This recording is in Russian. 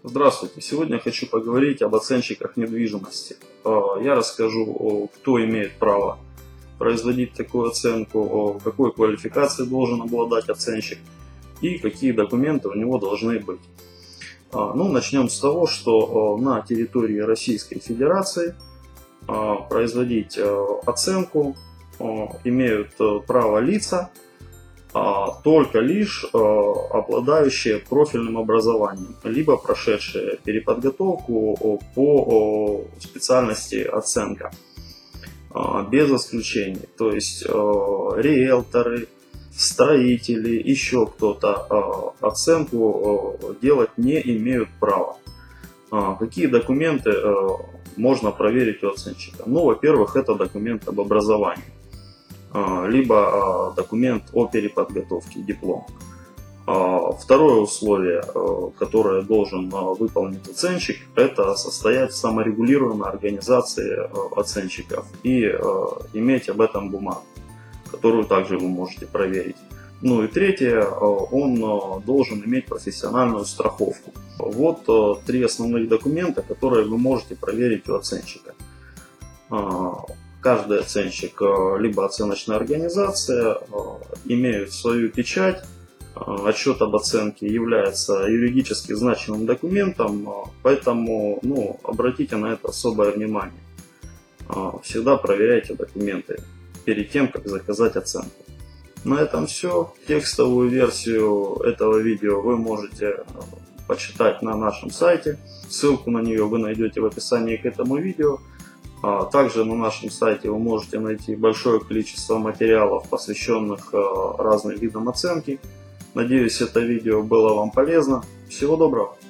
Здравствуйте! Сегодня я хочу поговорить об оценщиках недвижимости. Я расскажу, кто имеет право производить такую оценку, какой квалификацией должен обладать оценщик и какие документы у него должны быть. Начнем с того, что на территории Российской Федерации производить оценку имеют право лица, только лишь обладающие профильным образованием, либо прошедшие переподготовку по специальности оценка, без исключений. То есть риэлторы, строители, еще кто-то оценку делать не имеют права. Какие документы можно проверить у оценщика? Во-первых, это документ об образовании, либо документ о переподготовке, диплом. Второе условие, которое должен выполнить оценщик, это состоять в саморегулируемой организации оценщиков и иметь об этом бумагу, которую также вы можете проверить. И третье, он должен иметь профессиональную страховку. Вот три основных документа, которые вы можете проверить у оценщика. Каждый оценщик, либо оценочная организация, имеют свою печать. Отчет об оценке является юридически значимым документом, поэтому обратите на это особое внимание. Всегда проверяйте документы перед тем, как заказать оценку. На этом все. Текстовую версию этого видео вы можете почитать на нашем сайте. Ссылку на нее вы найдете в описании к этому видео. Также на нашем сайте вы можете найти большое количество материалов, посвященных разным видам оценки. Надеюсь, это видео было вам полезно. Всего доброго!